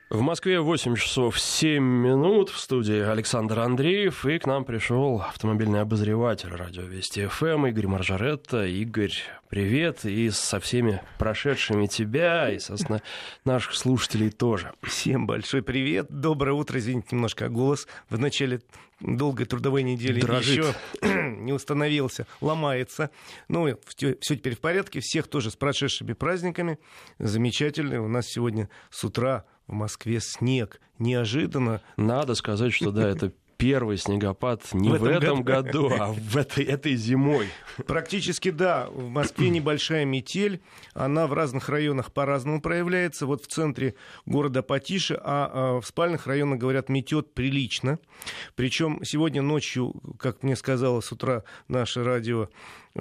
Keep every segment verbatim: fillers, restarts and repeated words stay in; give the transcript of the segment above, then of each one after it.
В Москве восемь часов семь минут, в студии Александр Андреев, и к нам пришел автомобильный обозреватель радио Вести эф эм Игорь Маржаретта. Игорь, привет, и со всеми прошедшими тебя, и, собственно, наших слушателей тоже. Всем большой привет, доброе утро, извините, немножко голос в начале долгой трудовой недели дрожит. Еще не установился, ломается. Ну, все теперь в порядке, всех тоже с прошедшими праздниками, замечательно, у нас сегодня с утра в Москве снег. Неожиданно. Надо сказать, что да, это первый снегопад не в этом, в этом году, а в этой, этой зимой. Практически да. В Москве небольшая метель. Она в разных районах по-разному проявляется. Вот в центре города потише, а в спальных районах, говорят, метет прилично. Причем сегодня ночью, как мне сказала с утра наше радио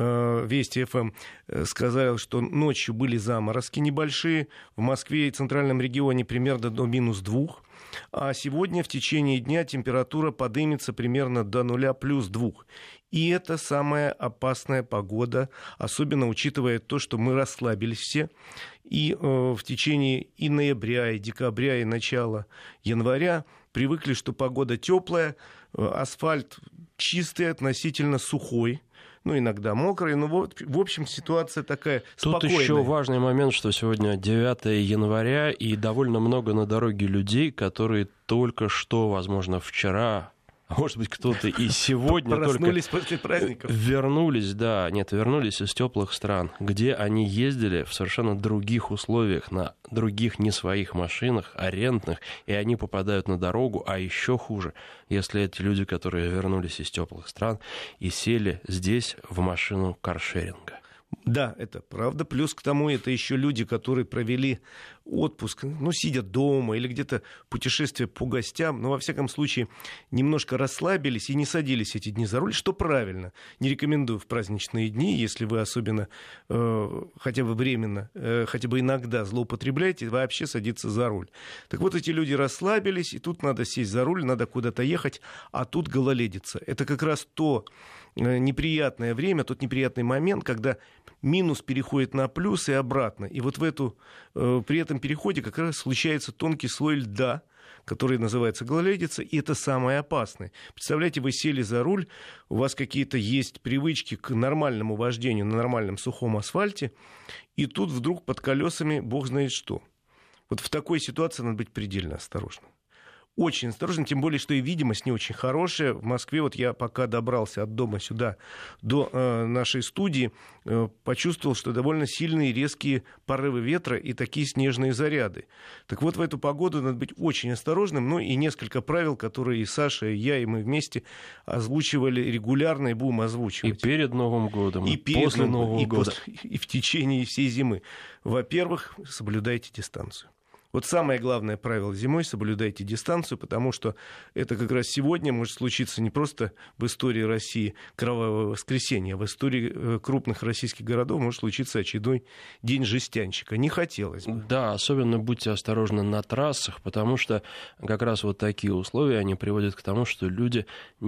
Вести эф эм, сказал, что ночью были заморозки небольшие. В Москве и центральном регионе примерно до минус двух. А сегодня в течение дня температура поднимется примерно до нуля плюс двух. И это самая опасная погода, особенно учитывая то, что мы расслабились все. И э, в течение и ноября, и декабря, и начала января привыкли, что погода теплая, э, асфальт чистый, относительно сухой. Ну, иногда мокрый, но вот, в общем, ситуация такая спокойная. Тут еще важный момент, что сегодня девятое января, и довольно много на дороге людей, которые только что, возможно, вчера, а может быть, кто-то и сегодня проснулись только после праздников. Вернулись, да, нет, вернулись из теплых стран, где они ездили в совершенно других условиях, на других не своих машинах, арендных, и они попадают на дорогу, а еще хуже, если эти люди, которые вернулись из теплых стран и сели здесь в машину каршеринга. Да, это правда. Плюс к тому, это еще люди, которые провели отпуск, ну, сидя дома или где-то путешествие по гостям, но, во всяком случае, немножко расслабились и не садились эти дни за руль, что правильно. Не рекомендую в праздничные дни, если вы особенно, э, хотя бы временно, э, хотя бы иногда злоупотребляете, вообще садиться за руль. Так вот, эти люди расслабились, и тут надо сесть за руль, надо куда-то ехать, а тут гололедица. Это как раз то неприятное время, тот неприятный момент, когда минус переходит на плюс и обратно. И вот в эту, э, при этом переходе как раз случается тонкий слой льда, который называется гололедица, и это самое опасное. Представляете, вы сели за руль, у вас какие-то есть привычки к нормальному вождению на нормальном сухом асфальте, и тут вдруг под колесами бог знает что. Вот в такой ситуации надо быть предельно осторожным. Очень осторожно, тем более, что и видимость не очень хорошая. В Москве, вот я пока добрался от дома сюда до э, нашей студии, э, почувствовал, что довольно сильные резкие порывы ветра и такие снежные заряды. Так вот, в эту погоду надо быть очень осторожным. Ну и несколько правил, которые и Саша, и я, и мы вместе озвучивали регулярно и будем озвучивать. И перед Новым годом, и, и перед после Новым, Нового и года. После, и в течение всей зимы. Во-первых, соблюдайте дистанцию. Вот самое главное правило зимой — соблюдайте дистанцию, потому что это как раз сегодня может случиться не просто в истории России кровавое воскресенье, а в истории крупных российских городов может случиться очередной день жестянщика. Не хотелось бы. Да, особенно будьте осторожны на трассах, потому что как раз вот такие условия, они приводят к тому, что люди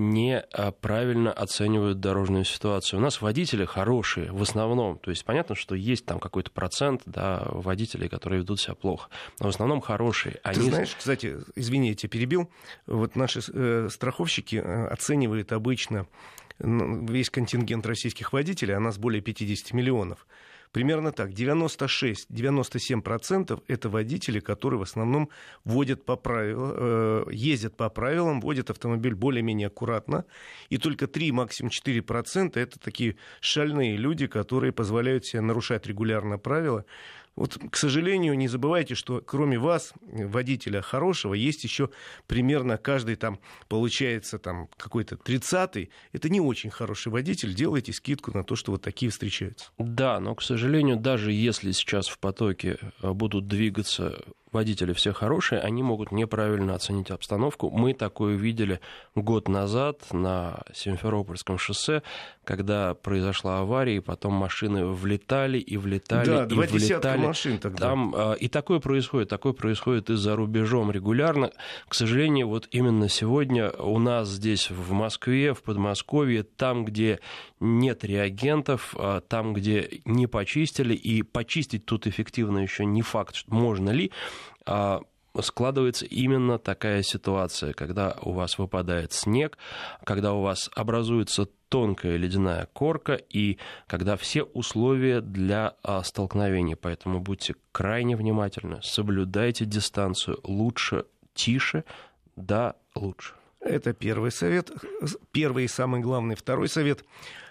неправильно оценивают дорожную ситуацию. У нас водители хорошие в основном, то есть понятно, что есть там какой-то процент, да, водителей, которые ведут себя плохо, но в основном хорошие. Они... Ты знаешь, кстати, извини, я тебя перебил, вот наши э, страховщики оценивают обычно весь контингент российских водителей, а нас более пятьдесят миллионов. Примерно так, девяносто шесть - девяносто семь процентов это водители, которые в основном водят по правилам, э, ездят по правилам, водят автомобиль более-менее аккуратно, и только три, максимум четыре процента это такие шальные люди, которые позволяют себе нарушать регулярно правила. Вот, к сожалению, не забывайте, что кроме вас, водителя хорошего, есть еще примерно каждый там, получается, там какой-то тридцатый. Это не очень хороший водитель. Делайте скидку на то, что вот такие встречаются. Да, но, к сожалению, даже если сейчас в потоке будут двигаться водители все хорошие, они могут неправильно оценить обстановку. Мы такое видели год назад на Симферопольском шоссе, когда произошла авария, и потом машины влетали и влетали, да, и два влетали. десятка машин тогда. Там, и такое происходит, такое происходит и за рубежом регулярно. К сожалению, вот именно сегодня у нас здесь в Москве, в Подмосковье, там, где нет реагентов, там, где не почистили, и почистить тут эффективно еще не факт, можно ли, складывается именно такая ситуация, когда у вас выпадает снег, когда у вас образуется тонкая ледяная корка и когда все условия для столкновения. Поэтому будьте крайне внимательны, соблюдайте дистанцию, лучше тише, да лучше. Это первый совет. Первый и самый главный. Второй совет.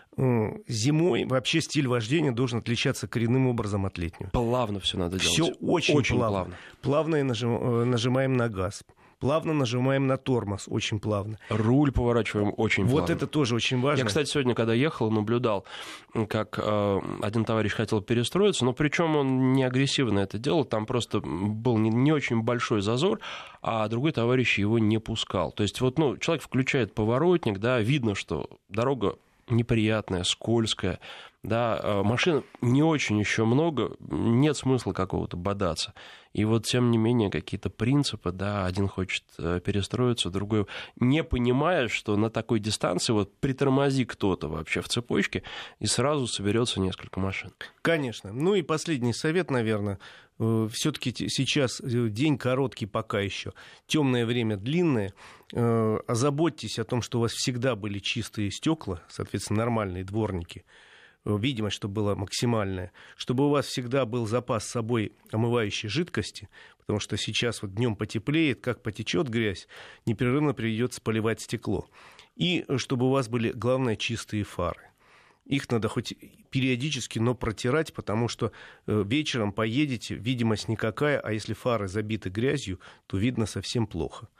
Зимой вообще стиль вождения должен отличаться коренным образом от летнего. Плавно все надо делать. Все очень, очень плавно. плавно. Плавно нажим, нажимаем на газ. Плавно нажимаем на тормоз, очень плавно. Руль поворачиваем очень вот плавно. Вот это тоже очень важно. Я, кстати, сегодня, когда ехал, наблюдал, как э, один товарищ хотел перестроиться, но причем он не агрессивно это делал, там просто был не, не очень большой зазор, а другой товарищ его не пускал. То есть вот, ну, человек включает поворотник, да, видно, что дорога неприятная, скользкая, да, машин не очень еще много, нет смысла какого-то бодаться. И вот, тем не менее, какие-то принципы, да, один хочет перестроиться, другой, не понимая, что на такой дистанции вот притормози кто-то вообще в цепочке, и сразу соберется несколько машин. Конечно. Ну и последний совет, наверное. Все-таки сейчас день короткий пока еще, темное время длинное. Озаботьтесь о том, что у вас всегда были чистые стекла, соответственно, нормальные дворники. Видимость, чтобы была максимальная, чтобы у вас всегда был запас с собой омывающей жидкости, потому что сейчас вот днем потеплеет, как потечет грязь, непрерывно придется поливать стекло. И чтобы у вас были, главное, чистые фары. Их надо хоть периодически, но протирать, потому что вечером поедете, видимость никакая, а если фары забиты грязью, то видно совсем плохо.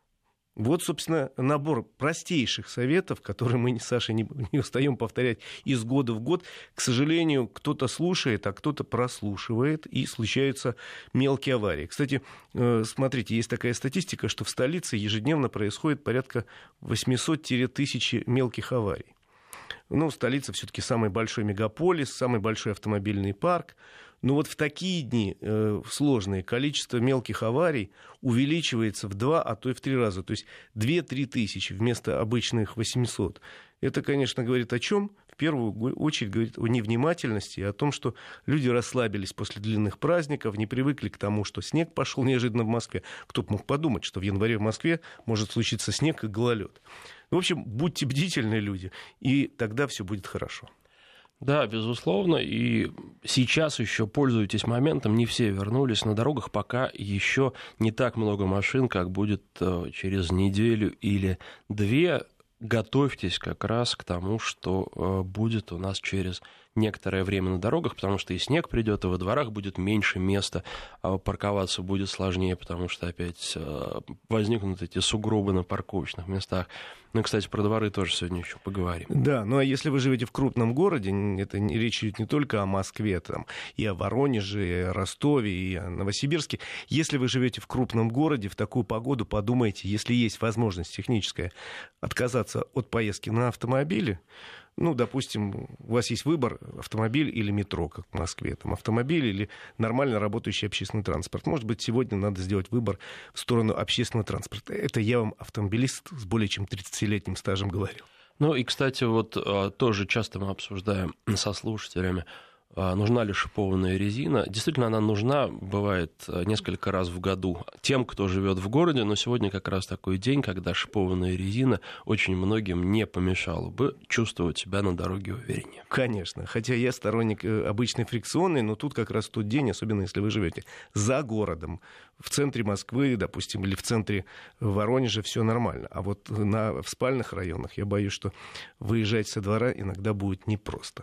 Вот, собственно, набор простейших советов, которые мы, Саша, не, не устаем повторять из года в год. К сожалению, кто-то слушает, а кто-то прослушивает, и случаются мелкие аварии. Кстати, смотрите, есть такая статистика, что в столице ежедневно происходит порядка восемьсот-тысячи мелких аварий. Ну, столица все-таки самый большой мегаполис, самый большой автомобильный парк. Но вот в такие дни э, сложные количество мелких аварий увеличивается в два, а то и в три раза. То есть две-три тысячи вместо обычных восемьсот. Это, конечно, говорит о чем? В первую очередь говорит о невнимательности, о том, что люди расслабились после длинных праздников, не привыкли к тому, что снег пошел неожиданно в Москве. Кто бы мог подумать, что в январе в Москве может случиться снег и гололед. В общем, будьте бдительны, люди, и тогда все будет хорошо. Да, безусловно, и сейчас еще пользуйтесь моментом, не все вернулись на дорогах, пока еще не так много машин, как будет через неделю или две. Готовьтесь как раз к тому, что будет у нас через некоторое время на дорогах, потому что и снег придет, и во дворах будет меньше места, а парковаться будет сложнее, потому что опять возникнут эти сугробы на парковочных местах. Ну, кстати, про дворы тоже сегодня еще поговорим. Да, ну а если вы живете в крупном городе, это речь идет не только о Москве, там, и о Воронеже, и о Ростове, и о Новосибирске. Если вы живете в крупном городе, в такую погоду подумайте, если есть возможность техническая отказаться от поездки на автомобиле. Ну, допустим, у вас есть выбор: автомобиль или метро, как в Москве, там, автомобиль или нормально работающий общественный транспорт. Может быть, сегодня надо сделать выбор в сторону общественного транспорта. Это я вам, автомобилист с более чем тридцатилетним стажем, говорю. Ну и, кстати, вот тоже часто мы обсуждаем со слушателями, нужна ли шипованная резина. Действительно, она нужна, бывает, несколько раз в году тем, кто живет в городе, но сегодня как раз такой день, когда шипованная резина очень многим не помешала бы чувствовать себя на дороге увереннее. Конечно, хотя я сторонник обычной фрикционной, но тут как раз тот день, особенно если вы живете за городом, в центре Москвы, допустим, или в центре Воронежа, все нормально. А вот на, в спальных районах я боюсь, что выезжать со двора иногда будет непросто.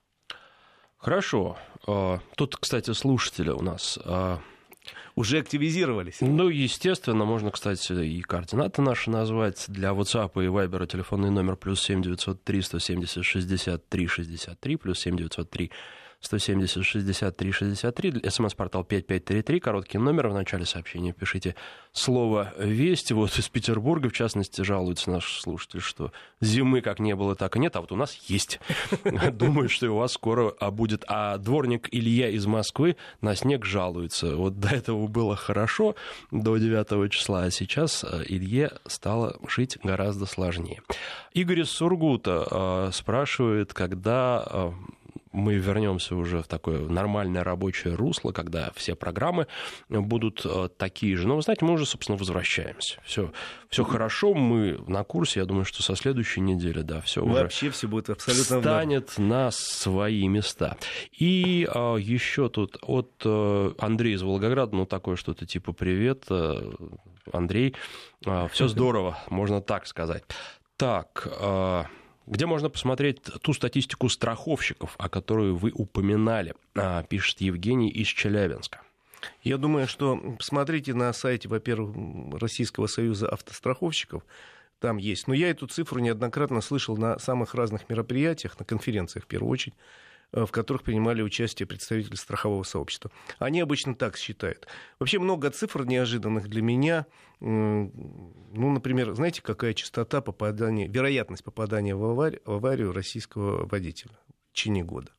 Хорошо. Тут, кстати, слушатели у нас уже активизировались. Ну, естественно, можно, кстати, и координаты наши назвать. Для WhatsApp и Viber телефонный номер плюс семь девятьсот три сто семьдесят шестьдесят три шестьдесят три, плюс семь девятьсот три сто семьдесят шестьдесят три шестьдесят три, смс-портал пять пять три три, короткий номер, в начале сообщения пишите слово «Весть». Вот из Петербурга, в частности, жалуется наш слушатель, что зимы как не было, так и нет, а вот у нас есть. Думаю, что и у вас скоро будет. А дворник Илья из Москвы на снег жалуется. Вот до этого было хорошо, до девятого числа, а сейчас Илье стало жить гораздо сложнее. Игорь из Сургута спрашивает, когда мы вернемся уже в такое нормальное рабочее русло, когда все программы будут такие же. Но, вы знаете, мы уже, собственно, возвращаемся. Все, все хорошо, мы на курсе. Я думаю, что со следующей недели, да, все уже вообще все будет абсолютно встанет на свои места. И а, еще тут от а, Андрея из Волгограда, ну, такое что-то типа «Привет, а, Андрей, а, все здорово», можно так сказать. Так, а, где можно посмотреть ту статистику страховщиков, о которой вы упоминали, а, пишет Евгений из Челябинска. Я думаю, что посмотрите на сайте, во-первых, Российского союза автостраховщиков, там есть. Но я эту цифру неоднократно слышал на самых разных мероприятиях, на конференциях в первую очередь, в которых принимали участие представители страхового сообщества. Они обычно так считают. Вообще много цифр неожиданных для меня. Ну, например, знаете, какая частота попадания, вероятность попадания в аварию, в аварию российского водителя в течение года?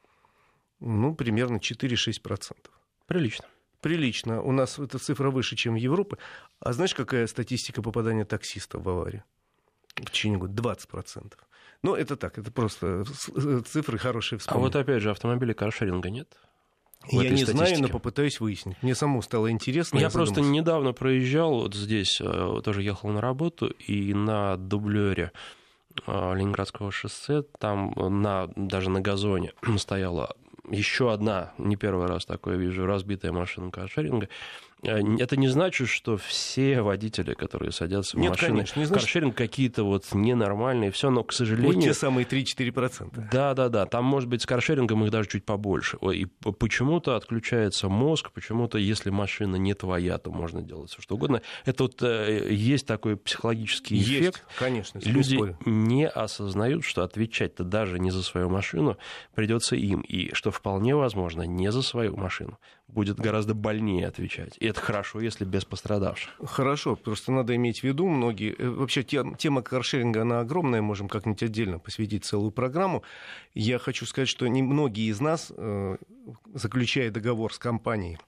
Ну, примерно четыре-шесть процентов. Прилично. Прилично. У нас эта цифра выше, чем в Европе. А знаешь, какая статистика попадания таксистов в аварию в течение года? двадцать процентов. Ну, это так, это просто цифры хорошие вспомнить. А вот опять же, автомобилей каршеринга нет? Я не знаю, но попытаюсь выяснить. Мне самому стало интересно. Я, я просто недавно проезжал, вот здесь тоже ехал на работу, и на дублере Ленинградского шоссе, там на, даже на газоне стояла еще одна, не первый раз такое вижу, разбитая машина каршеринга. Это не значит, что все водители, которые садятся в Нет, машины конечно, не значит... каршеринг, какие-то вот ненормальные, все, но, к сожалению... Вот те самые три-четыре процента. Да-да-да, там, может быть, с каршерингом их даже чуть побольше. И почему-то отключается мозг, почему-то, если машина не твоя, то можно делать все что угодно. Это вот есть такой психологический есть, эффект. Конечно, люди спорю. не осознают, что отвечать-то даже не за свою машину придется им, и что вполне возможно не за свою машину будет гораздо больнее отвечать. И это хорошо, если без пострадавших. Хорошо, просто надо иметь в виду, многие... Вообще тема каршеринга, она огромная, можем как-нибудь отдельно посвятить целую программу. Я хочу сказать, что не многие из нас, заключая договор с компанией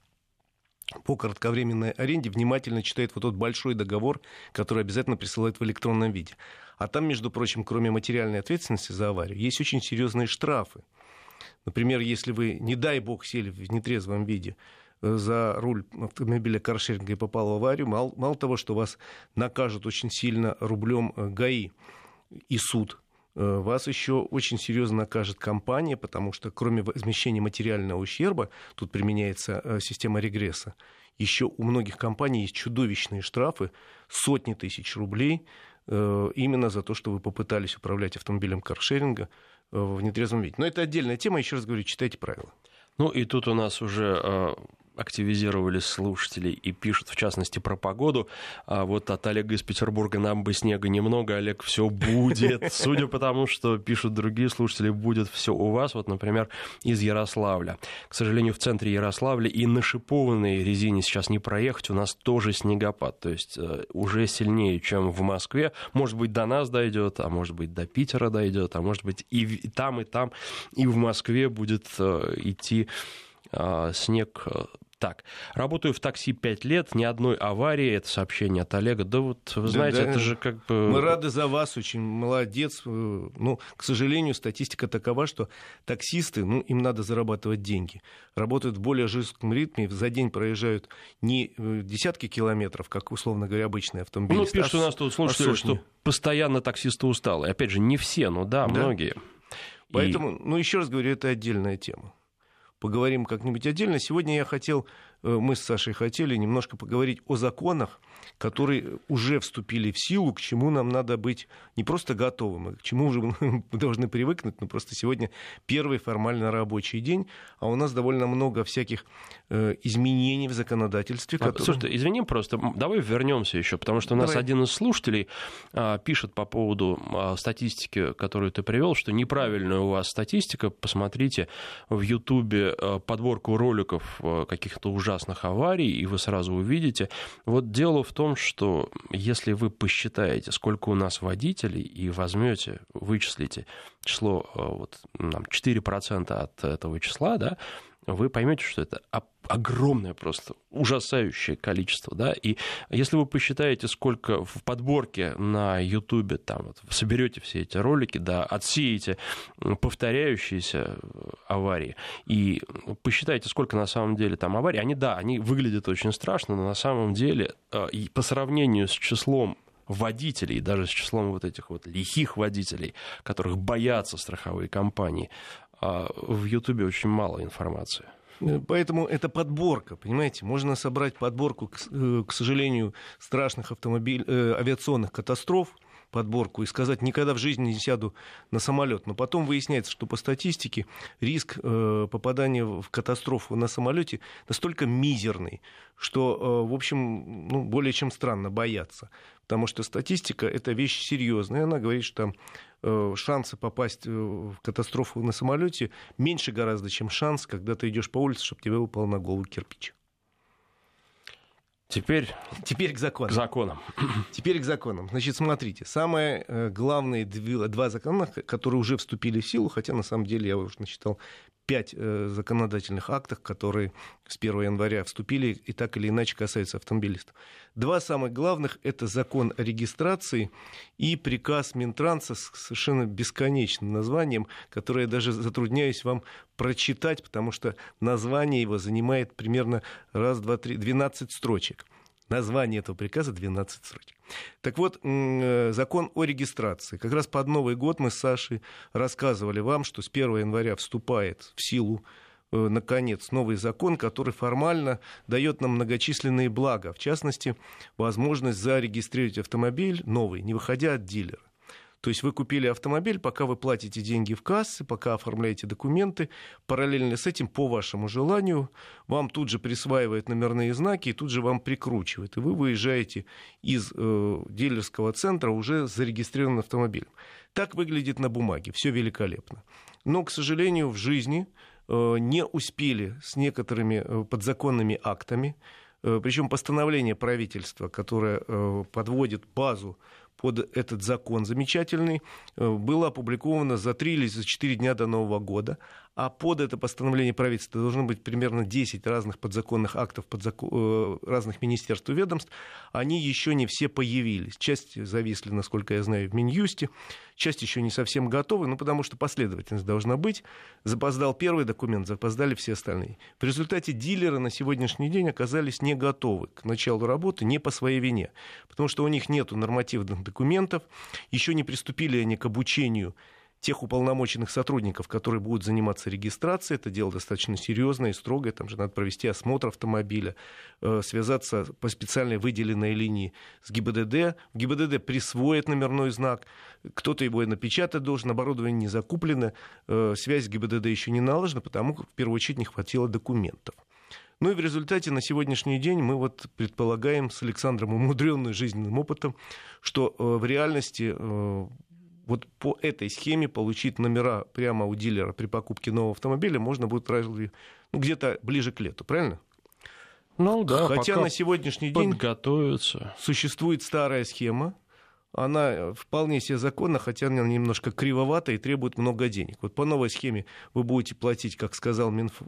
по кратковременной аренде, внимательно читают вот тот большой договор, который обязательно присылают в электронном виде. А там, между прочим, кроме материальной ответственности за аварию, есть очень серьезные штрафы. Например, если вы, не дай бог, сели в нетрезвом виде за руль автомобиля каршеринга и попал в аварию, мало, мало того, что вас накажут очень сильно рублем ГАИ и суд, вас еще очень серьезно накажет компания, потому что кроме возмещения материального ущерба, тут применяется система регресса, еще у многих компаний есть чудовищные штрафы, сотни тысяч рублей, именно за то, что вы попытались управлять автомобилем каршеринга в нетрезвом виде. Но это отдельная тема, еще раз говорю, читайте правила. Ну и тут у нас уже активизировались слушатели и пишут, в частности, про погоду. А вот от Олега из Петербурга: нам бы снега немного, Олег, все будет. Судя по тому, что пишут другие слушатели, будет все у вас. Вот, например, из Ярославля. К сожалению, в центре Ярославля и на шипованной резине сейчас не проехать. У нас тоже снегопад. То есть уже сильнее, чем в Москве. Может быть, до нас дойдет, а может быть, до Питера дойдет, а может быть, и там, и там, и в Москве будет идти снег. Так, работаю в такси пять лет, ни одной аварии, это сообщение от Олега. Да вот, вы знаете, да, да. Это же как бы... Мы рады за вас, очень молодец. Ну, к сожалению, статистика такова, что таксисты, ну, им надо зарабатывать деньги. Работают в более жестком ритме, за день проезжают не десятки километров, как, условно говоря, обычные автомобилисты. Ну, пишут у нас тут слушатели, что постоянно таксисты усталые. Опять же, не все, но да, да. многие. Поэтому, И... ну, еще раз говорю, это отдельная тема. Поговорим как-нибудь отдельно. Сегодня я хотел, мы с Сашей хотели немножко поговорить о законах, которые уже вступили в силу, к чему нам надо быть не просто готовым, а к чему уже мы должны привыкнуть. Но просто сегодня первый формально рабочий день, а у нас довольно много всяких изменений в законодательстве. Которые... Слушайте, извини, просто давай вернемся еще, потому что у нас давай. Один из слушателей а, пишет по поводу а, статистики, которую ты привел, что неправильная у вас статистика. Посмотрите в Ютубе подборку роликов каких-то ужасных аварий, и вы сразу увидите. Вот дело в том, что если вы посчитаете, сколько у нас водителей, и возьмете, вычислите число вот, четыре процента от этого числа, да, вы поймете, что это огромное просто, ужасающее количество, да, и если вы посчитаете, сколько в подборке на Ютубе, там, вот, соберете все эти ролики, да, отсеете повторяющиеся аварии, и посчитайте, сколько на самом деле там аварий, они, да, они выглядят очень страшно, но на самом деле, и по сравнению с числом водителей, даже с числом вот этих вот лихих водителей, которых боятся страховые компании, в Ютубе очень мало информации. Поэтому это подборка, понимаете? Можно собрать подборку, к, к сожалению, страшных автомобиль, э, авиационных катастроф, подборку, и сказать, никогда в жизни не сяду на самолет. Но потом выясняется, что по статистике риск э, попадания в катастрофу на самолете настолько мизерный, что, э, в общем, ну, более чем странно бояться. Потому что статистика — это вещь серьезная. Она говорит, что там э, шансы попасть в катастрофу на самолете меньше гораздо, чем шанс, когда ты идешь по улице, чтобы тебе упал на голову кирпич. Теперь, Теперь к законам. К законам. Теперь к законам. Значит, смотрите, самые главные два закона, которые уже вступили в силу, хотя на самом деле я уже насчитал пять законодательных актов, которые с первого января вступили и так или иначе касаются автомобилистов. Два самых главных — это закон о регистрации и приказ Минтранса с совершенно бесконечным названием, которое я даже затрудняюсь вам прочитать, потому что название его занимает примерно раз, два, три, двенадцать строчек. Название этого приказа двенадцать строчек. Так вот, закон о регистрации. Как раз под Новый год мы с Сашей рассказывали вам, что с первого января вступает в силу, наконец, новый закон, который формально дает нам многочисленные блага. В частности, возможность зарегистрировать автомобиль новый, не выходя от дилера. То есть вы купили автомобиль, пока вы платите деньги в кассе, пока оформляете документы, параллельно с этим, по вашему желанию, вам тут же присваивают номерные знаки и тут же вам прикручивают. И вы выезжаете из э, дилерского центра уже с зарегистрированным автомобилем. Так выглядит на бумаге, все великолепно. Но, к сожалению, в жизни э, не успели с некоторыми э, подзаконными актами, э, причем постановление правительства, которое э, подводит базу под этот закон замечательный, было опубликовано за три или за четыре дня до Нового года, а под это постановление правительства должно быть примерно десять разных подзаконных актов подзакон... разных министерств и ведомств. Они еще не все появились. Часть зависли, насколько я знаю, в Минюсте, часть еще не совсем готовы, ну, потому что последовательность должна быть. Запоздал первый документ, запоздали все остальные. В результате дилеры на сегодняшний день оказались не готовы к началу работы не по своей вине, потому что у них нет нормативных документов, еще не приступили они к обучению тех уполномоченных сотрудников, которые будут заниматься регистрацией. Это дело достаточно серьезное и строгое. Там же надо провести осмотр автомобиля, э, связаться по специальной выделенной линии с ГИБДД. В ГИБДД присвоит номерной знак, кто-то его и напечатать должен, оборудование не закуплено, э, связь с ГИБДД еще не налажена, потому как в первую очередь не хватило документов. Ну и в результате на сегодняшний день мы вот предполагаем с Александром, умудренным жизненным опытом, что э, в реальности э, вот по этой схеме получить номера прямо у дилера при покупке нового автомобиля можно будет разве, ну, где-то ближе к лету, правильно? Ну да, хотя на сегодняшний день существует старая схема, она вполне себе законна, хотя она немножко кривовата и требует много денег. Вот по новой схеме вы будете платить, как сказал Минф...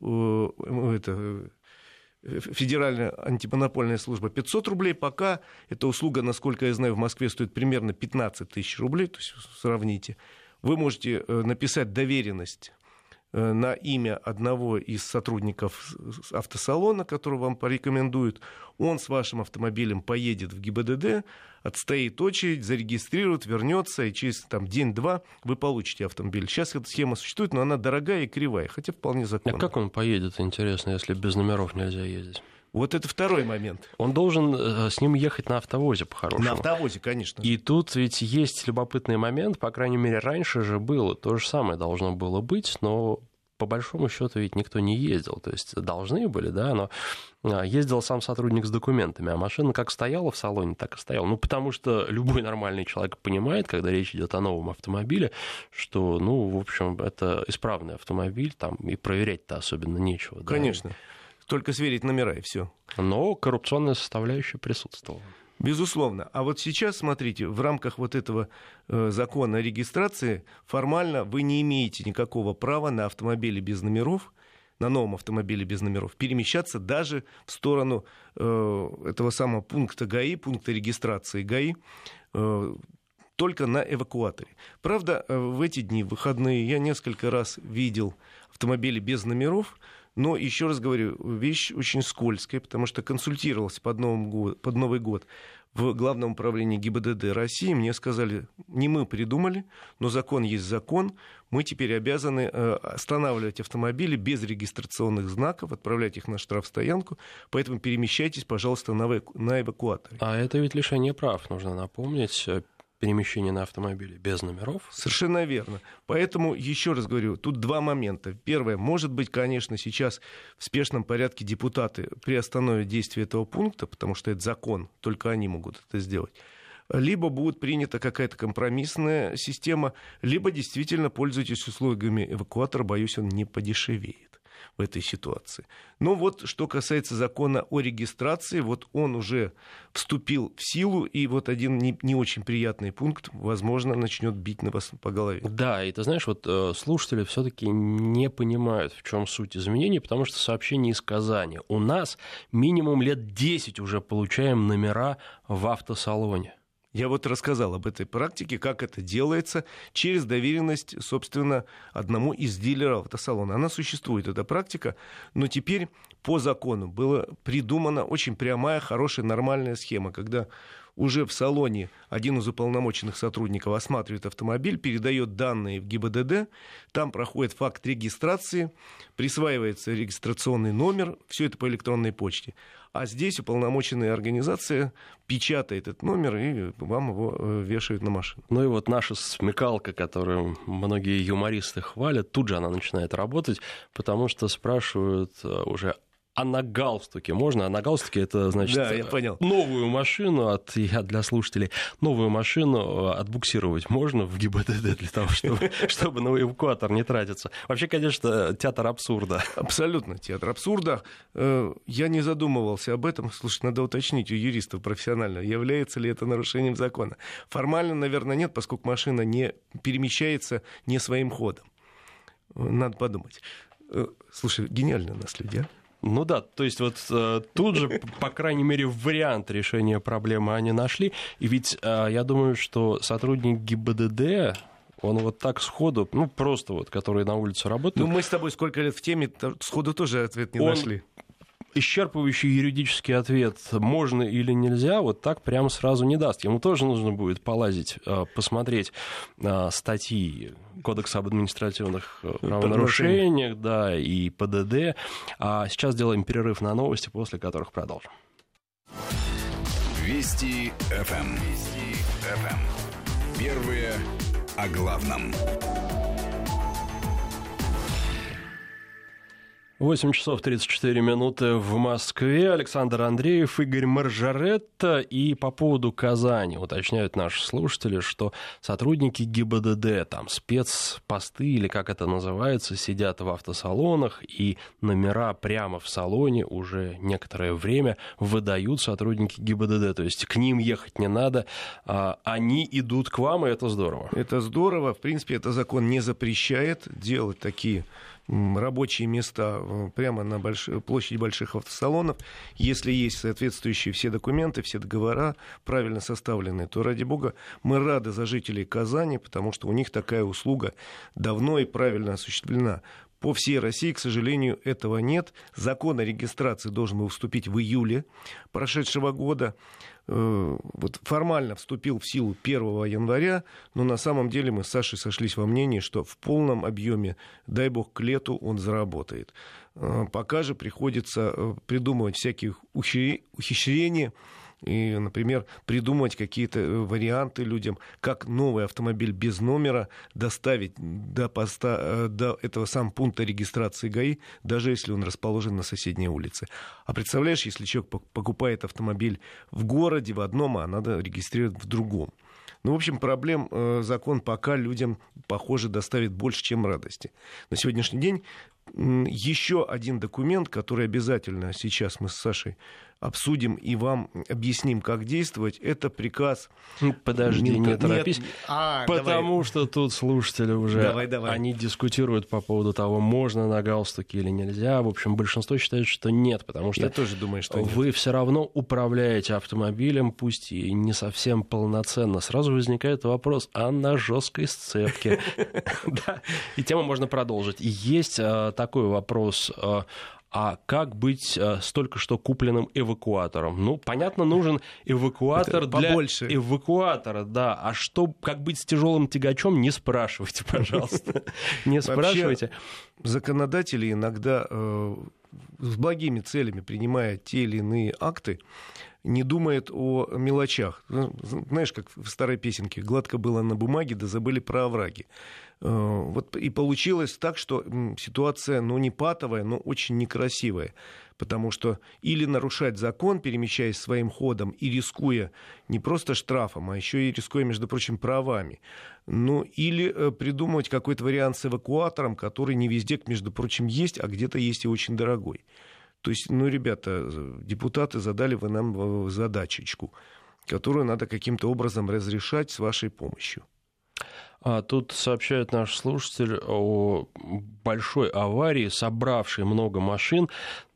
это... Федеральная антимонопольная служба, пятьсот рублей. Пока эта услуга, насколько я знаю, в Москве стоит примерно пятнадцать тысяч рублей. То есть сравните. Вы можете написать доверенность на имя одного из сотрудников автосалона, которого вам порекомендуют. Он с вашим автомобилем поедет в ГИБДД, отстоит очередь, зарегистрирует, вернется, и через там, день-два вы получите автомобиль. Сейчас эта схема существует, но она дорогая и кривая, хотя вполне законна. А как он поедет, интересно, если без номеров нельзя ездить? Вот это второй момент. Он должен с ним ехать на автовозе, по-хорошему. На автовозе, конечно. И тут ведь есть любопытный момент, по крайней мере, раньше же было, то же самое должно было быть, но по большому счету ведь никто не ездил. То есть должны были, да, но ездил сам сотрудник с документами, а машина как стояла в салоне, так и стояла. Ну, потому что любой нормальный человек понимает, когда речь идет о новом автомобиле, что, ну, в общем, это исправный автомобиль, там и проверять-то особенно нечего. Конечно. Да? Только сверить номера и все. Но коррупционная составляющая присутствовала. Безусловно. А вот сейчас, смотрите, в рамках вот этого э, закона о регистрации формально вы не имеете никакого права на автомобили без номеров на новом автомобиле без номеров, перемещаться даже в сторону э, этого самого пункта ГАИ, пункта регистрации ГАИ, э, только на эвакуаторе. Правда, в эти дни, в выходные, я несколько раз видел автомобили без номеров, но, еще раз говорю, вещь очень скользкая, потому что консультировался под, Новым год, под Новый год в Главном управлении ГИБДД России. Мне сказали, не мы придумали, но закон есть закон. Мы теперь обязаны останавливать автомобили без регистрационных знаков, отправлять их на штрафстоянку, поэтому перемещайтесь, пожалуйста, на эвакуаторе. А это ведь лишение прав, нужно напомнить. Перемещение на автомобиле без номеров. Совершенно верно. Поэтому, еще раз говорю, тут два момента. Первое, может быть, конечно, сейчас в спешном порядке депутаты приостановят действие этого пункта, потому что это закон, только они могут это сделать. Либо будет принята какая-то компромиссная система, либо действительно, пользуйтесь услугами эвакуатора, боюсь, он не подешевеет в этой ситуации. Но вот что касается закона о регистрации, вот он уже вступил в силу, и вот один не, не очень приятный пункт, возможно, начнет бить на вас по голове. Да, и ты знаешь, вот слушатели все-таки не понимают, в чем суть изменений, потому что сообщение из Казани. У нас минимум лет десять уже получаем номера в автосалоне. Я вот рассказал об этой практике, как это делается через доверенность, собственно, одному из дилеров автосалона. Она существует, эта практика, но теперь по закону была придумана очень прямая, хорошая, нормальная схема, когда уже в салоне один из уполномоченных сотрудников осматривает автомобиль, передает данные в ГИБДД, там проходит факт регистрации, присваивается регистрационный номер, все это по электронной почте. А здесь уполномоченная организация печатает этот номер и вам его вешают на машину. Ну и вот наша смекалка, которую многие юмористы хвалят, тут же она начинает работать, потому что спрашивают уже... А на галстуке можно? А на галстуке это, значит, да, я понял. Новую машину, от, я для слушателей, новую машину отбуксировать можно в ГИБДД для того, чтобы, чтобы на эвакуатор не тратиться? Вообще, конечно, театр абсурда. Абсолютно театр абсурда. Я не задумывался об этом. Слушай, надо уточнить у юристов профессионально, является ли это нарушением закона. Формально, наверное, нет, поскольку машина не перемещается не своим ходом. Надо подумать. Слушай, гениально у нас люди, а? Ну да, то есть вот э, тут же, по крайней мере, вариант решения проблемы они нашли. И ведь э, я думаю, что сотрудник ГИБДД, он вот так сходу, ну просто вот, который на улице работает... Ну мы с тобой сколько лет в теме, сходу тоже ответ не он... нашли. Исчерпывающий юридический ответ, можно или нельзя, вот так прямо сразу не даст. Ему тоже нужно будет полазить, посмотреть статьи Кодекса об административных правонарушениях, да, и ПДД. А сейчас делаем перерыв на новости, после которых продолжим. Вести эф эм. Вести эф эм. Первые о главном. восемь часов тридцать четыре минуты в Москве. Александр Андреев, Игорь Маржаретта. И по поводу Казани уточняют наши слушатели, что сотрудники ГИБДД, там спецпосты или как это называется, сидят в автосалонах, и номера прямо в салоне уже некоторое время выдают сотрудники ГИБДД. То есть к ним ехать не надо, они идут к вам, и это здорово. Это здорово. В принципе, это закон не запрещает делать такие рабочие места прямо на больш... площади больших автосалонов. Если есть соответствующие все документы, все договора правильно составленные, то, ради бога, мы рады за жителей Казани, потому что у них такая услуга давно и правильно осуществлена. По всей России, к сожалению, этого нет. Закон о регистрации должен был вступить в июле прошедшего года. Вот формально вступил в силу первого января, но на самом деле мы с Сашей сошлись во мнении, что в полном объеме, дай бог, к лету он заработает. Пока же приходится придумывать всякие ухищрения, и, например, придумывать какие-то варианты людям, как новый автомобиль без номера доставить до, поста, до этого самого пункта регистрации ГАИ, даже если он расположен на соседней улице. А представляешь, если человек покупает автомобиль в городе, в одном, а надо регистрировать в другом. Ну, в общем, проблем э, закон пока людям, похоже, доставит больше, чем радости. На сегодняшний день э, еще один документ, который обязательно сейчас мы с Сашей обсудим и вам объясним, как действовать, это приказ... Подожди, Минтра... не торопись, Нет... а, потому давай. что тут слушатели уже, давай, давай. они дискутируют по поводу того, можно на галстуке или нельзя. В общем, большинство считает, что нет, потому что Я тоже думаю, что нет. Вы все равно управляете автомобилем, пусть и не совсем полноценно. Сразу возникает вопрос, а на жесткой сцепке? И тему можно продолжить. Есть такой вопрос... А как быть с только что купленным эвакуатором? Ну, понятно, нужен эвакуатор Это для побольше. эвакуатора, да. А что, как быть с тяжелым тягачом, не спрашивайте, пожалуйста. Не спрашивайте. Законодатели иногда с благими целями, принимая те или иные акты, не думает о мелочах. Знаешь, как в старой песенке «Гладко было на бумаге, да забыли про овраги». Вот и получилось так, что ситуация, ну, не патовая, но очень некрасивая. Потому что или нарушать закон, перемещаясь своим ходом и рискуя не просто штрафом, а еще и рискуя, между прочим, правами. Ну, или придумывать какой-то вариант с эвакуатором, который не везде, между прочим, есть, а где-то есть и очень дорогой. То есть, ну, ребята, депутаты задали вы нам задачечку, которую надо каким-то образом разрешать с вашей помощью. А тут сообщает наш слушатель о большой аварии, собравшей много машин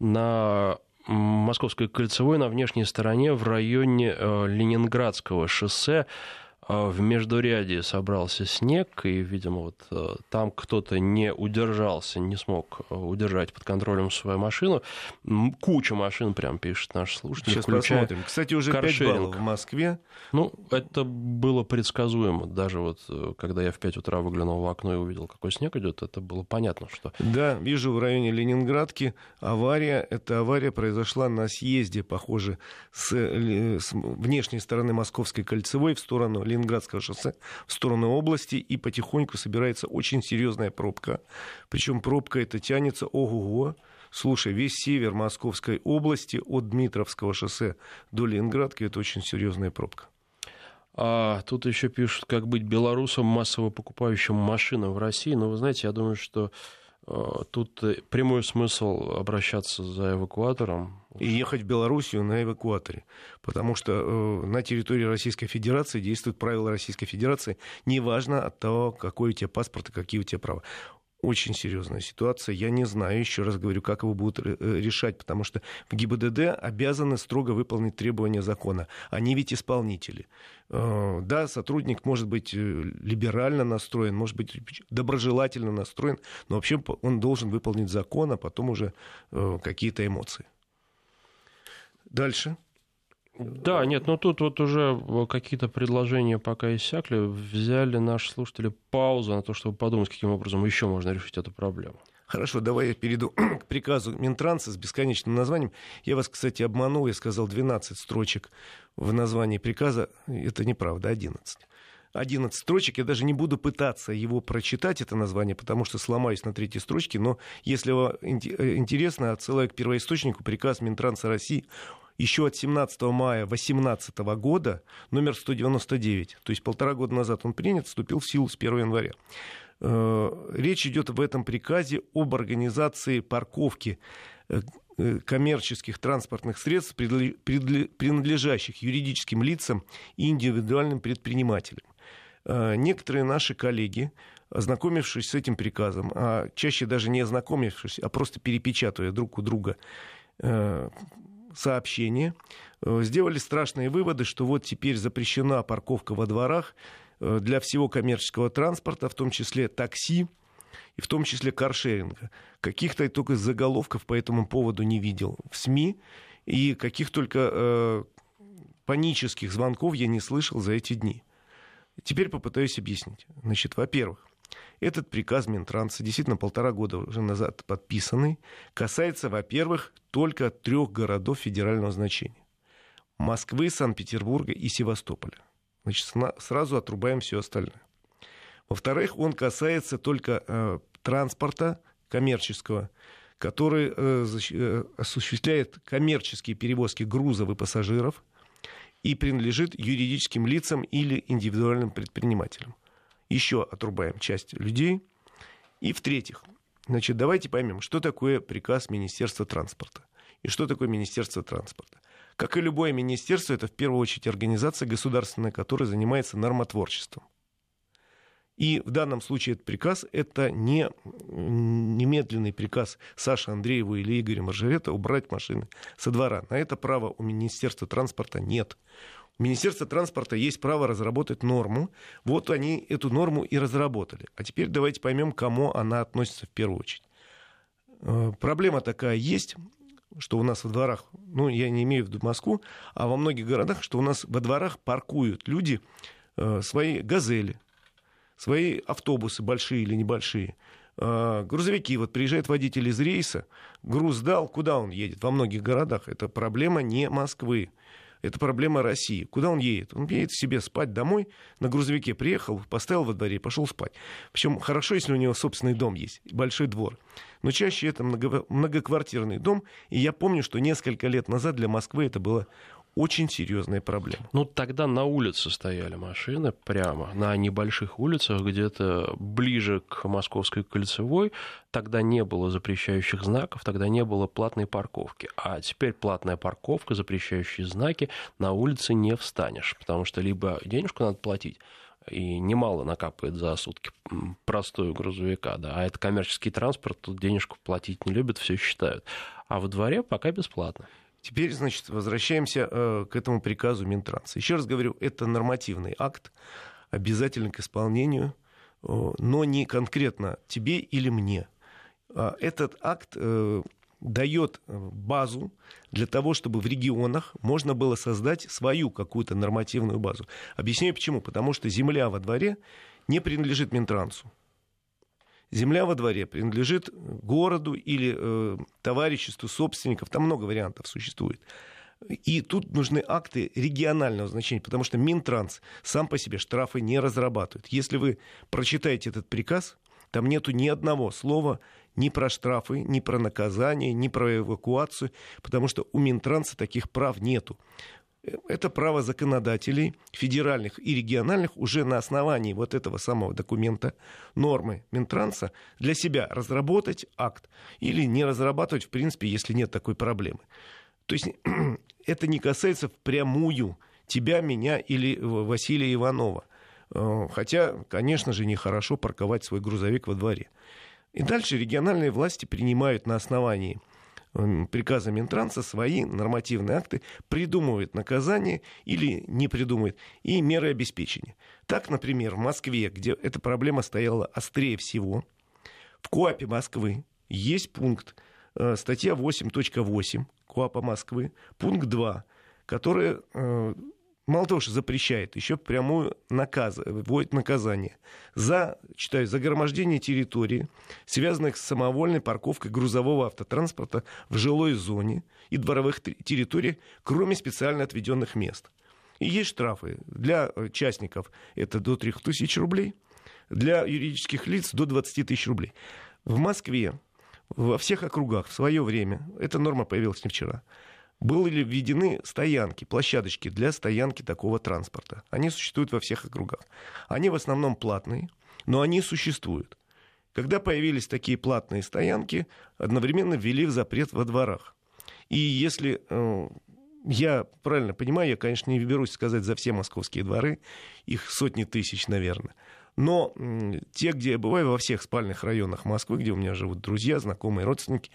на Московской кольцевой на внешней стороне в районе Ленинградского шоссе. В междурядье собрался снег, и, видимо, вот там кто-то не удержался, не смог удержать под контролем свою машину. Куча машин, прям пишет наш слушатель. Сейчас посмотрим. Кстати, уже пять баллов в Москве. Ну, это было предсказуемо. Даже вот, когда я в пять утра выглянул в окно и увидел, какой снег идет, это было понятно, что... Да, вижу в районе Ленинградки авария. Эта авария произошла на съезде, похоже, с, с внешней стороны Московской кольцевой в сторону Ленинградского шоссе, в сторону области, и потихоньку собирается очень серьезная пробка. Причем пробка эта тянется, ого-го. Слушай, весь север Московской области от Дмитровского шоссе до Ленинградки — это очень серьезная пробка. А тут еще пишут, как быть белорусом, массово покупающим машины в России. Но вы знаете, я думаю, что тут прямой смысл обращаться за эвакуатором. И ехать в Белоруссию на эвакуаторе. Потому что э, на территории Российской Федерации действуют правила Российской Федерации, неважно от того, какой у тебя паспорт и какие у тебя права. Очень серьезная ситуация. Я не знаю, еще раз говорю, как его будут решать, потому что в ГИБДД обязаны строго выполнить требования закона. Они ведь исполнители. Да, сотрудник может быть либерально настроен, может быть доброжелательно настроен, но вообще он должен выполнить закон, а потом уже какие-то эмоции. Дальше. Да, нет, ну тут вот уже какие-то предложения пока иссякли. Взяли наши слушатели паузу на то, чтобы подумать, каким образом еще можно решить эту проблему. Хорошо, давай я перейду к приказу Минтранса с бесконечным названием. Я вас, кстати, обманул, я сказал двенадцать строчек в названии приказа. Это неправда, одиннадцать. одиннадцать строчек, я даже не буду пытаться его прочитать, это название, потому что сломаюсь на третьей строчке, но если вам интересно, отсылаю к первоисточнику, приказ Минтранса России еще от семнадцатого мая две тысячи восемнадцатого года, номер сто девяносто девять, то есть полтора года назад он принят, вступил в силу с первого января. Речь идет в этом приказе об организации парковки коммерческих транспортных средств, принадлежащих юридическим лицам и индивидуальным предпринимателям. Некоторые наши коллеги, ознакомившись с этим приказом, а чаще даже не ознакомившись, а просто перепечатывая друг у друга сообщения, сделали страшные выводы, что вот теперь запрещена парковка во дворах для всего коммерческого транспорта, в том числе такси, и в том числе каршеринга. Каких-то только заголовков по этому поводу не видел в СМИ, и каких только э, панических звонков я не слышал за эти дни. Теперь попытаюсь объяснить. Значит, во-первых, этот приказ Минтранса, действительно полтора года уже назад подписанный, касается, во-первых, только трех городов федерального значения. Москвы, Санкт-Петербурга и Севастополя. Значит, сразу отрубаем все остальное. Во-вторых, он касается только э, транспорта коммерческого, который э, э, осуществляет коммерческие перевозки грузов и пассажиров и принадлежит юридическим лицам или индивидуальным предпринимателям. Еще отрубаем часть людей. И в-третьих, значит, давайте поймем, что такое приказ Министерства транспорта и что такое Министерство транспорта. Как и любое министерство, это в первую очередь организация государственная, которая занимается нормотворчеством. И в данном случае этот приказ — это не немедленный приказ Саши Андреева или Игоря Маржарета убрать машины со двора. На это права у Министерства транспорта нет. У Министерства транспорта есть право разработать норму. Вот они эту норму и разработали. А теперь давайте поймем, к кому она относится в первую очередь. Проблема такая есть, что у нас во дворах, ну, я не имею в виду Москву, а во многих городах, что у нас во дворах паркуют люди свои «Газели», свои автобусы, большие или небольшие, грузовики. Вот приезжает водитель из рейса, груз дал, куда он едет? Во многих городах. Это проблема не Москвы, это проблема России. Куда он едет? Он едет себе спать домой, на грузовике приехал, поставил во дворе и пошел спать. Причем хорошо, если у него собственный дом есть, большой двор. Но чаще это много, многоквартирный дом. И я помню, что несколько лет назад для Москвы это было очень серьезная проблема. Ну, тогда на улице стояли машины прямо, на небольших улицах, где-то ближе к Московской кольцевой. Тогда не было запрещающих знаков, тогда не было платной парковки. А теперь платная парковка, запрещающие знаки, на улице не встанешь, потому что либо денежку надо платить, и немало накапает за сутки простой грузовика, да, а это коммерческий транспорт, тут денежку платить не любят, все считают. А во дворе пока бесплатно. Теперь, значит, возвращаемся э, к этому приказу Минтранса. Еще раз говорю, это нормативный акт, обязательный к исполнению, э, но не конкретно тебе или мне. А этот акт э, дает базу для того, чтобы в регионах можно было создать свою какую-то нормативную базу. Объясняю почему. Потому что земля во дворе не принадлежит Минтрансу. Земля во дворе принадлежит городу или э, товариществу собственников. Там много вариантов существует. И тут нужны акты регионального значения, потому что Минтранс сам по себе штрафы не разрабатывает. Если вы прочитаете этот приказ, там нету ни одного слова ни про штрафы, ни про наказание, ни про эвакуацию, потому что у Минтранса таких прав нету. Это право законодателей, федеральных и региональных, уже на основании вот этого самого документа, нормы Минтранса, для себя разработать акт или не разрабатывать, в принципе, если нет такой проблемы. То есть это не касается впрямую тебя, меня или Василия Иванова. Хотя, конечно же, нехорошо парковать свой грузовик во дворе. И дальше региональные власти принимают на основании приказа Минтранса свои нормативные акты, придумывают наказание или не придумывают, и меры обеспечения. Так, например, в Москве, где эта проблема стояла острее всего, в КоАПе Москвы есть пункт, э, статья восемь точка восемь КоАПа Москвы, пункт два, который э, мало того, что запрещает, еще прямую наказ, вводит наказание за, читаю, загромождение территории, связанных с самовольной парковкой грузового автотранспорта в жилой зоне и дворовых территориях, кроме специально отведенных мест. И есть штрафы. Для частников это до трех тысяч рублей, для юридических лиц до двадцать тысяч рублей. В Москве во всех округах в свое время, эта норма появилась не вчера, были введены стоянки, площадочки для стоянки такого транспорта. Они существуют во всех округах. Они в основном платные, но они существуют. Когда появились такие платные стоянки, одновременно ввели в запрет во дворах. И если э, я правильно понимаю, я, конечно, не берусь сказать за все московские дворы, их сотни тысяч, наверное. Но э, те, где я бываю, во всех спальных районах Москвы, где у меня живут друзья, знакомые, родственники,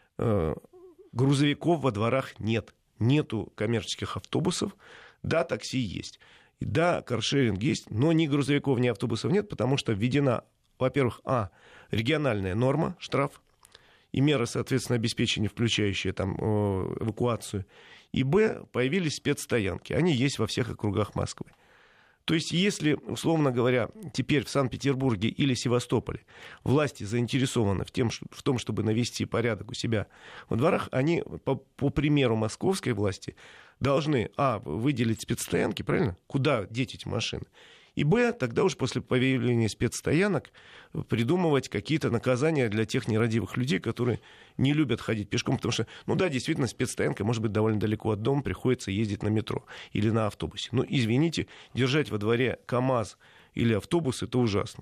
э, грузовиков во дворах нет. Нету коммерческих автобусов. Да, такси есть. Да, каршеринг есть, но ни грузовиков, ни автобусов нет, потому что введена, во-первых, а, региональная норма, штраф, и меры, соответственно, обеспечения, включающие там эвакуацию, и, б, появились спецстоянки. Они есть во всех округах Москвы. То есть, если, условно говоря, теперь в Санкт-Петербурге или Севастополе власти заинтересованы в, тем, в том, чтобы навести порядок у себя во дворах, они, по, по примеру московской власти, должны, а, выделить спецстоянки, правильно? Куда деть эти машины? И, б, тогда уж после появления спецстоянок придумывать какие-то наказания для тех нерадивых людей, которые не любят ходить пешком, потому что, ну да, действительно, спецстоянка может быть довольно далеко от дома, приходится ездить на метро или на автобусе. Ну, извините, держать во дворе КАМАЗ или автобус — это ужасно.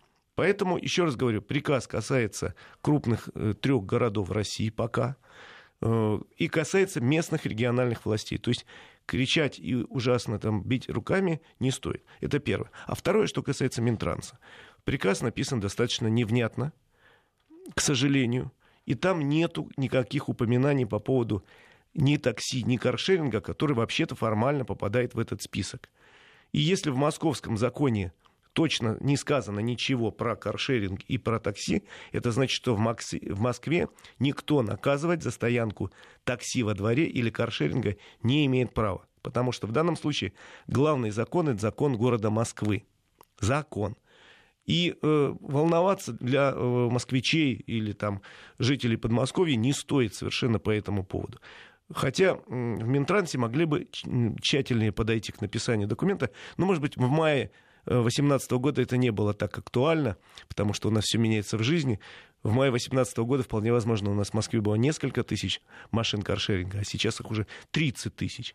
Поэтому, еще раз говорю, приказ касается крупных э, трех городов России пока. и касается местных региональных властей. То есть кричать и ужасно там бить руками не стоит. Это первое. А второе, что касается Минтранса. Приказ написан достаточно невнятно, к сожалению, и там нету никаких упоминаний по поводу ни такси, ни каршеринга, который вообще-то формально попадает в этот список. И если в московском законе точно не сказано ничего про каршеринг и про такси, это значит, что в Москве никто наказывать за стоянку такси во дворе или каршеринга не имеет права. Потому что в данном случае главный закон – это закон города Москвы. Закон. И э, волноваться для э, москвичей или там, жителей Подмосковья не стоит совершенно по этому поводу. Хотя в Минтрансе могли бы тщательнее подойти к написанию документа. Но, может быть, в мае две тысячи восемнадцатого года это не было так актуально, потому что у нас все меняется в жизни. В мае две тысячи восемнадцатого года, вполне возможно, у нас в Москве было несколько тысяч машин каршеринга, а сейчас их уже тридцать тысяч.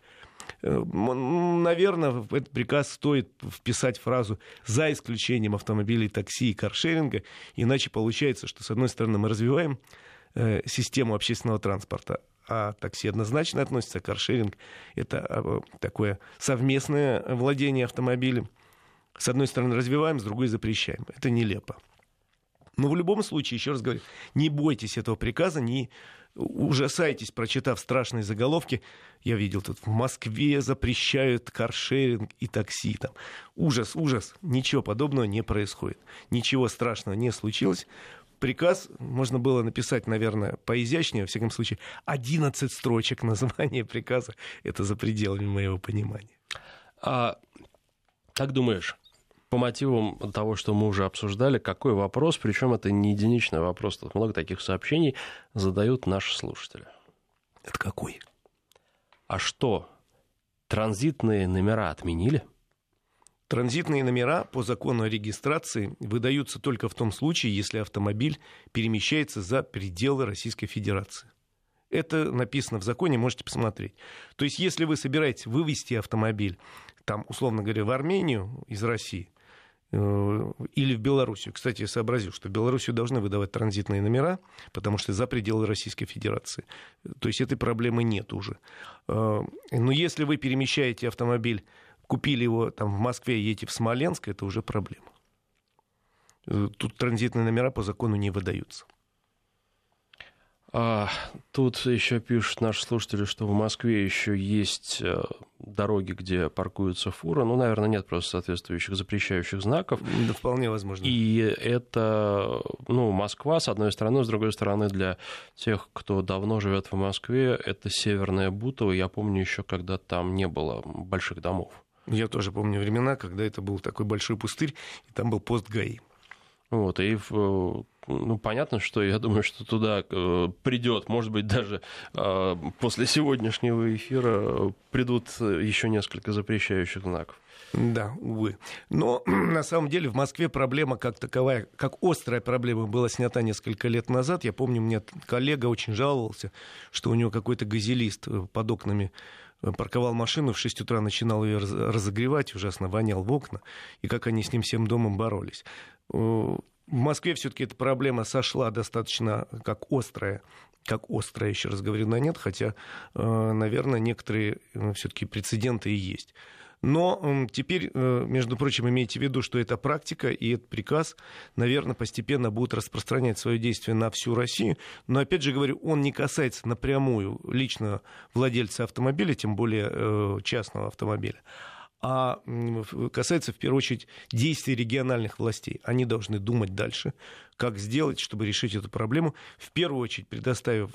Наверное, в этот приказ стоит вписать фразу «за исключением автомобилей, такси и каршеринга», иначе получается, что, с одной стороны, мы развиваем э, систему общественного транспорта, а такси однозначно относится, каршеринг — это такое совместное владение автомобилем. С одной стороны развиваем, с другой запрещаем. Это нелепо. Но в любом случае, еще раз говорю, не бойтесь этого приказа, не ужасайтесь, прочитав страшные заголовки. Я видел тут: в Москве запрещают каршеринг и такси. Там ужас, ужас. Ничего подобного не происходит. Ничего страшного не случилось. Приказ можно было написать, наверное, поизящнее, во всяком случае, одиннадцать строчек названия приказа. Это за пределами моего понимания. А как думаешь, по мотивам того, что мы уже обсуждали, какой вопрос, причем это не единичный вопрос, тут много таких сообщений задают наши слушатели. Это какой? А что, транзитные номера отменили? Транзитные номера по закону о регистрации выдаются только в том случае, если автомобиль перемещается за пределы Российской Федерации. Это написано в законе, можете посмотреть. То есть, если вы собираетесь вывезти автомобиль, там, условно говоря, в Армению из России э, или в Белоруссию. Кстати, я сообразил, что в Белоруссию должны выдавать транзитные номера, потому что за пределы Российской Федерации. То есть, этой проблемы нет уже. Э, но если вы перемещаете автомобиль, купили его там в Москве и едете в Смоленск, это уже проблема. Э, тут транзитные номера по закону не выдаются. А, тут еще пишут наши слушатели, что в Москве еще есть дороги, где паркуются фуры. Ну, наверное, нет просто соответствующих запрещающих знаков. Да, вполне возможно. И это, ну, Москва, с одной стороны, с другой стороны, для тех, кто давно живет в Москве, это Северное Бутово. Я помню еще, когда там не было больших домов. Я тоже помню времена, когда это был такой большой пустырь, и там был пост ГАИ. Вот, и ну, понятно, что я думаю, что туда э, придет, может быть, даже э, после сегодняшнего эфира придут еще несколько запрещающих знаков. Да, увы. Но на самом деле в Москве проблема как таковая, как острая проблема была снята несколько лет назад. Я помню, мне коллега очень жаловался, что у него какой-то газелист под окнами парковал машину, в шесть утра начинал ее разогревать, ужасно вонял в окна, и как они с ним всем домом боролись. В Москве все-таки эта проблема сошла достаточно как острая, как острая, еще раз говорю, на нет, хотя, наверное, некоторые все-таки прецеденты и есть. Но теперь, между прочим, имейте в виду, что эта практика и этот приказ, наверное, постепенно будут распространять свое действие на всю Россию. Но, опять же говорю, он не касается напрямую лично владельца автомобиля, тем более частного автомобиля, а касается, в первую очередь, действий региональных властей. Они должны думать дальше, как сделать, чтобы решить эту проблему, в первую очередь предоставив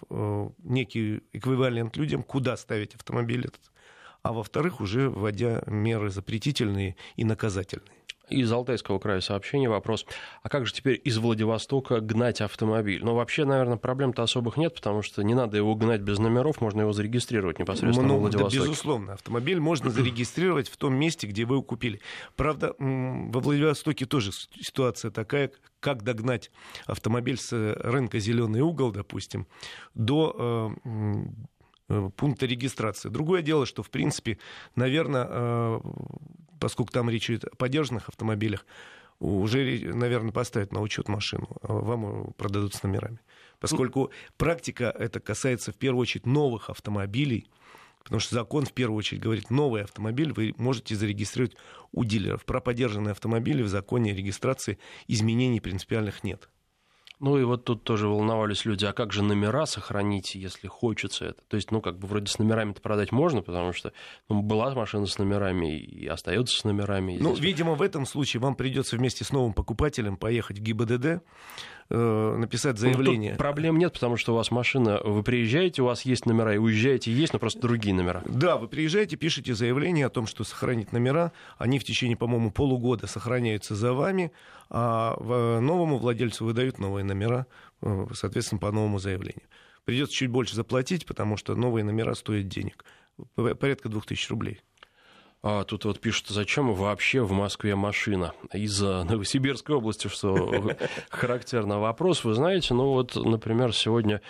некий эквивалент людям, куда ставить автомобиль этот, а во-вторых, уже вводя меры запретительные и наказательные. Из Алтайского края сообщение, вопрос: а как же теперь из Владивостока гнать автомобиль? Ну, вообще, наверное, проблем-то особых нет, потому что не надо его гнать без номеров, можно его зарегистрировать непосредственно ну, во Владивостоке. Да, безусловно, автомобиль можно зарегистрировать в том месте, где вы его купили. Правда, во Владивостоке тоже ситуация такая, как догнать автомобиль с рынка «Зеленый угол», допустим, до пункта регистрации. Другое дело, что, в принципе, наверное, поскольку там речь идет о подержанных автомобилях, уже, наверное, поставят на учет машину, а вам продадут с номерами. Поскольку практика это касается в первую очередь новых автомобилей, потому что закон в первую очередь говорит, новый автомобиль вы можете зарегистрировать у дилеров. Про подержанные автомобили в законе о регистрации изменений принципиальных нет. Ну и вот тут тоже волновались люди, а как же номера сохранить, если хочется это? То есть, ну, как бы вроде с номерами-то продать можно, потому что ну, была машина с номерами и остается с номерами. Ну, здесь... видимо, в этом случае вам придется вместе с новым покупателем поехать в ГИБДД, э, написать заявление. Ну, тут проблем нет, потому что у вас машина, вы приезжаете, у вас есть номера, и уезжаете, есть, но просто другие номера. Да, вы приезжаете, пишете заявление о том, что сохранить номера, они в течение, по-моему, полугода сохраняются за вами, а новому владельцу выдают новые номера, соответственно, по новому заявлению. Придется чуть больше заплатить, потому что новые номера стоят денег, порядка двух тысяч рублей. А, тут вот пишут, зачем вообще в Москве машина? Из Новосибирской области, что характерно. Вопрос, вы знаете, ну вот, например, сегодня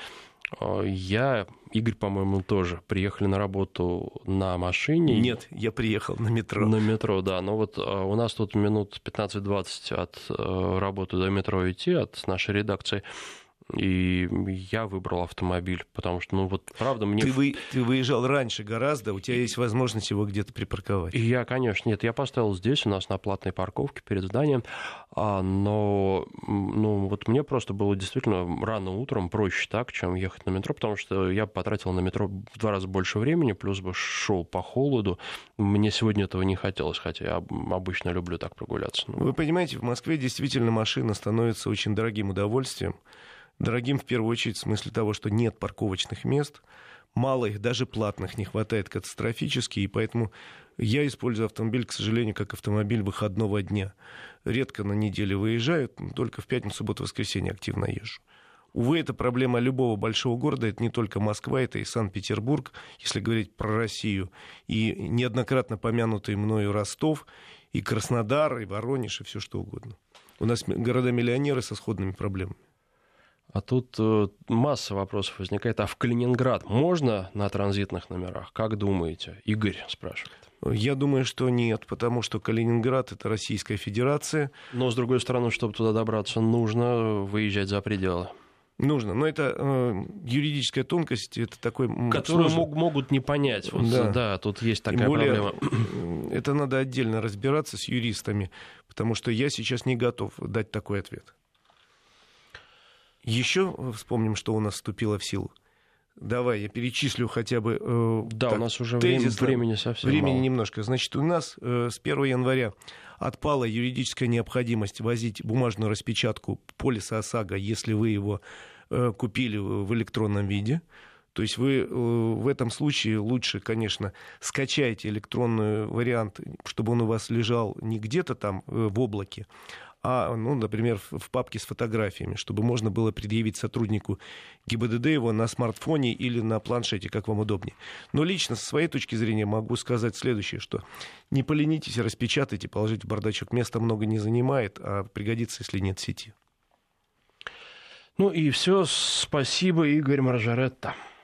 я, Игорь, по-моему, тоже приехали на работу на машине. Нет, я приехал на метро. На метро, да. Но вот у нас тут минут пятнадцать-двадцать от работы до метро идти, от нашей редакции. И я выбрал автомобиль, потому что, ну вот, правда, мне... Ты, вы, ты выезжал раньше гораздо, у тебя есть возможность его где-то припарковать. И я, конечно, нет, я поставил здесь, у нас на платной парковке перед зданием, а, но ну, вот мне просто было действительно рано утром проще так, чем ехать на метро, потому что я потратил на метро в два раза больше времени, плюс бы шел по холоду. Мне сегодня этого не хотелось, хотя я обычно люблю так прогуляться. Вы понимаете, в Москве действительно машина становится очень дорогим удовольствием. Дорогим в первую очередь в смысле того, что нет парковочных мест, мало их, даже платных не хватает катастрофически, и поэтому я использую автомобиль, к сожалению, как автомобиль выходного дня. Редко на неделе выезжаю, только в пятницу, субботу, воскресенье активно езжу. Увы, это проблема любого большого города, это не только Москва, это и Санкт-Петербург, если говорить про Россию, и неоднократно помянутый мною Ростов, и Краснодар, и Воронеж, и все что угодно. У нас города-миллионеры со сходными проблемами. А тут э, масса вопросов возникает. А в Калининград можно на транзитных номерах? Как думаете? Игорь спрашивает. Я думаю, что нет, потому что Калининград — это Российская Федерация. Но, с другой стороны, чтобы туда добраться, нужно выезжать за пределы. Нужно, но это э, юридическая тонкость, это такой... Которую мог, могут не понять. Вот, да. да, тут есть такая более, проблема. Это надо отдельно разбираться с юристами, потому что я сейчас не готов дать такой ответ. Еще вспомним, что у нас вступило в силу. Давай, я перечислю хотя бы... Э, да, так, у нас уже тезисно. времени совсем Времени мало. немножко. Значит, у нас э, с первого января отпала юридическая необходимость возить бумажную распечатку полиса ОСАГО, если вы его э, купили в электронном виде. То есть вы э, в этом случае лучше, конечно, скачайте электронный вариант, чтобы он у вас лежал не где-то там э, в облаке, а, ну, например, в папке с фотографиями, чтобы можно было предъявить сотруднику ГИБДД его на смартфоне или на планшете, как вам удобнее. Но лично, со своей точки зрения, могу сказать следующее, что не поленитесь, распечатайте, положите в бардачок. Места много не занимает, а пригодится, если нет сети. Ну и все. Спасибо, Игорь Маржаретта.